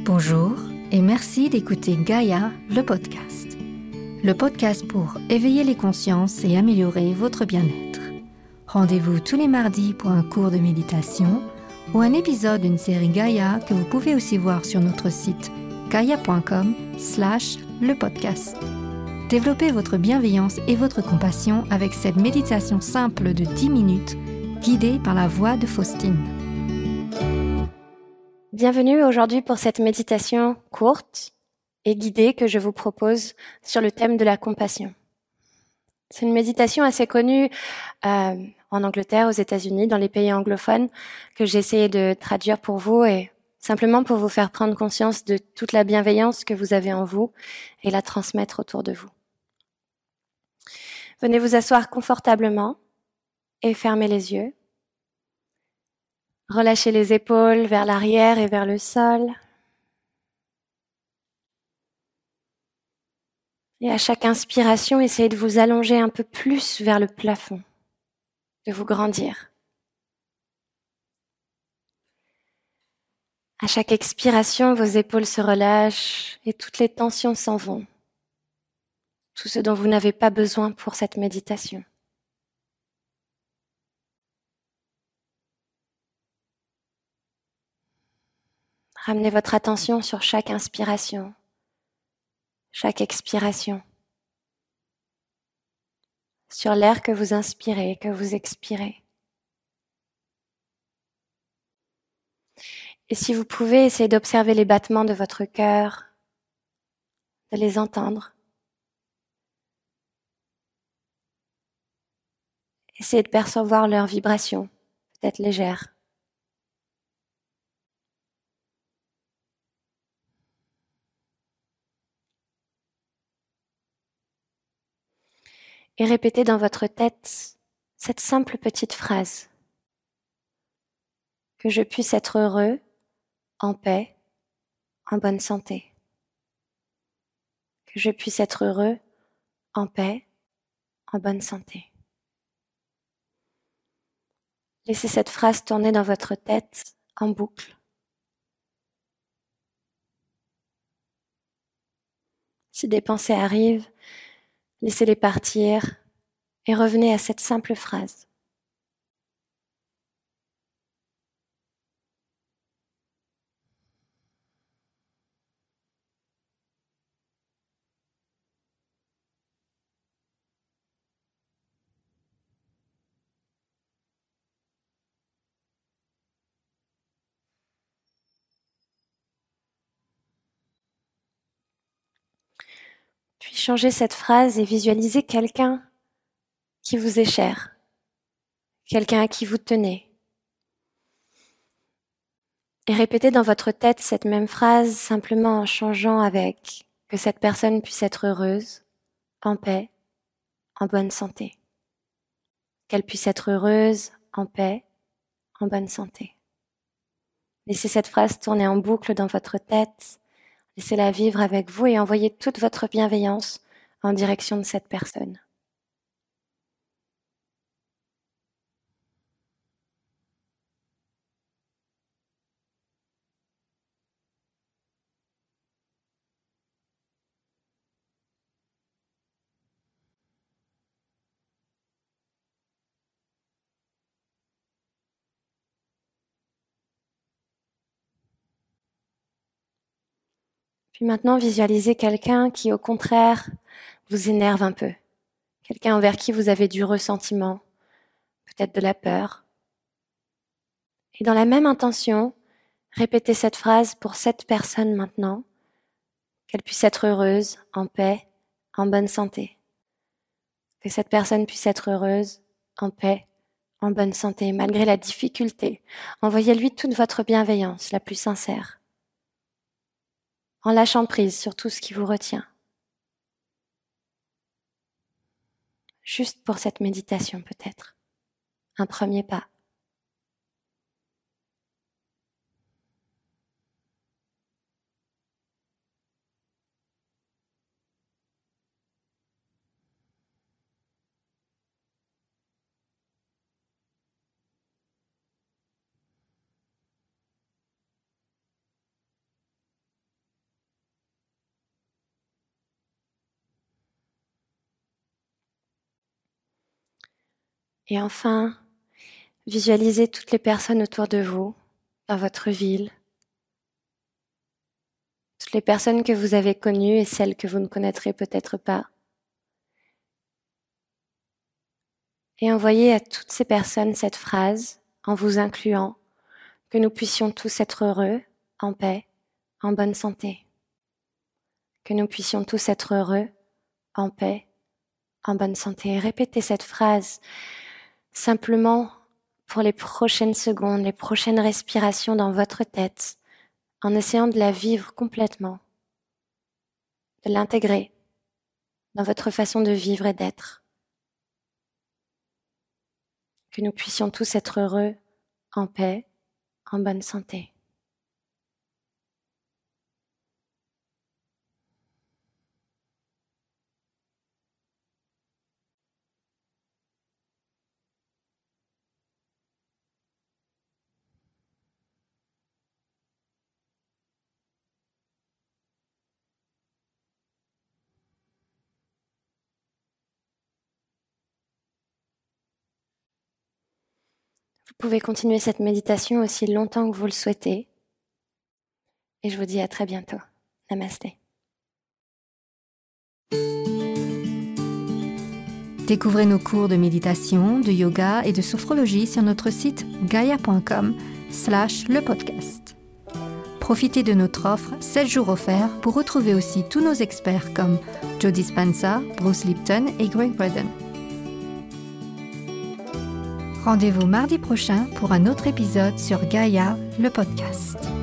Bonjour et merci d'écouter Gaïa, le podcast. Le podcast pour éveiller les consciences et améliorer votre bien-être. Rendez-vous tous les mardis pour un cours de méditation ou un épisode d'une série Gaïa que vous pouvez aussi voir sur notre site gaia.com/le podcast. Développez votre bienveillance et votre compassion avec cette méditation simple de 10 minutes guidée par la voix de Faustine. Bienvenue aujourd'hui pour cette méditation courte et guidée que je vous propose sur le thème de la compassion. C'est une méditation assez connue en Angleterre, aux États-Unis, dans les pays anglophones, que j'ai essayé de traduire pour vous et simplement pour vous faire prendre conscience de toute la bienveillance que vous avez en vous et la transmettre autour de vous. Venez vous asseoir confortablement et fermez les yeux. Relâchez les épaules vers l'arrière et vers le sol. Et à chaque inspiration, essayez de vous allonger un peu plus vers le plafond, de vous grandir. À chaque expiration, vos épaules se relâchent et toutes les tensions s'en vont. Tout ce dont vous n'avez pas besoin pour cette méditation. Ramenez votre attention sur chaque inspiration, chaque expiration, sur l'air que vous inspirez, que vous expirez. Et si vous pouvez, essayez d'observer les battements de votre cœur, de les entendre. Essayez de percevoir leurs vibrations, peut-être légères. Et répétez dans votre tête cette simple petite phrase. Que je puisse être heureux, en paix, en bonne santé. Que je puisse être heureux, en paix, en bonne santé. Laissez cette phrase tourner dans votre tête en boucle. Si des pensées arrivent, laissez-les partir et revenez à cette simple phrase. Puis changez cette phrase et visualisez quelqu'un qui vous est cher, quelqu'un à qui vous tenez. Et répétez dans votre tête cette même phrase simplement en changeant avec que cette personne puisse être heureuse, en paix, en bonne santé. Qu'elle puisse être heureuse, en paix, en bonne santé. Laissez cette phrase tourner en boucle dans votre tête. Laissez-la vivre avec vous et envoyez toute votre bienveillance en direction de cette personne. Puis maintenant, visualisez quelqu'un qui, au contraire, vous énerve un peu. Quelqu'un envers qui vous avez du ressentiment, peut-être de la peur. Et dans la même intention, répétez cette phrase pour cette personne maintenant, qu'elle puisse être heureuse, en paix, en bonne santé. Que cette personne puisse être heureuse, en paix, en bonne santé, malgré la difficulté. Envoyez-lui toute votre bienveillance, la plus sincère, en lâchant prise sur tout ce qui vous retient. Juste pour cette méditation peut-être. Un premier pas. Et enfin, visualisez toutes les personnes autour de vous, dans votre ville, toutes les personnes que vous avez connues et celles que vous ne connaîtrez peut-être pas. Et envoyez à toutes ces personnes cette phrase, en vous incluant, que nous puissions tous être heureux, en paix, en bonne santé. Que nous puissions tous être heureux, en paix, en bonne santé. Et répétez cette phrase simplement pour les prochaines secondes, les prochaines respirations dans votre tête, en essayant de la vivre complètement, de l'intégrer dans votre façon de vivre et d'être. Que nous puissions tous être heureux, en paix, en bonne santé. Vous pouvez continuer cette méditation aussi longtemps que vous le souhaitez. Et je vous dis à très bientôt. Namasté. Découvrez nos cours de méditation, de yoga et de sophrologie sur notre site gaia.com/lepodcast. Profitez de notre offre 7 jours offerts pour retrouver aussi tous nos experts comme Joe Dispenza, Bruce Lipton et Greg Braden. Rendez-vous mardi prochain pour un autre épisode sur Gaia, le podcast.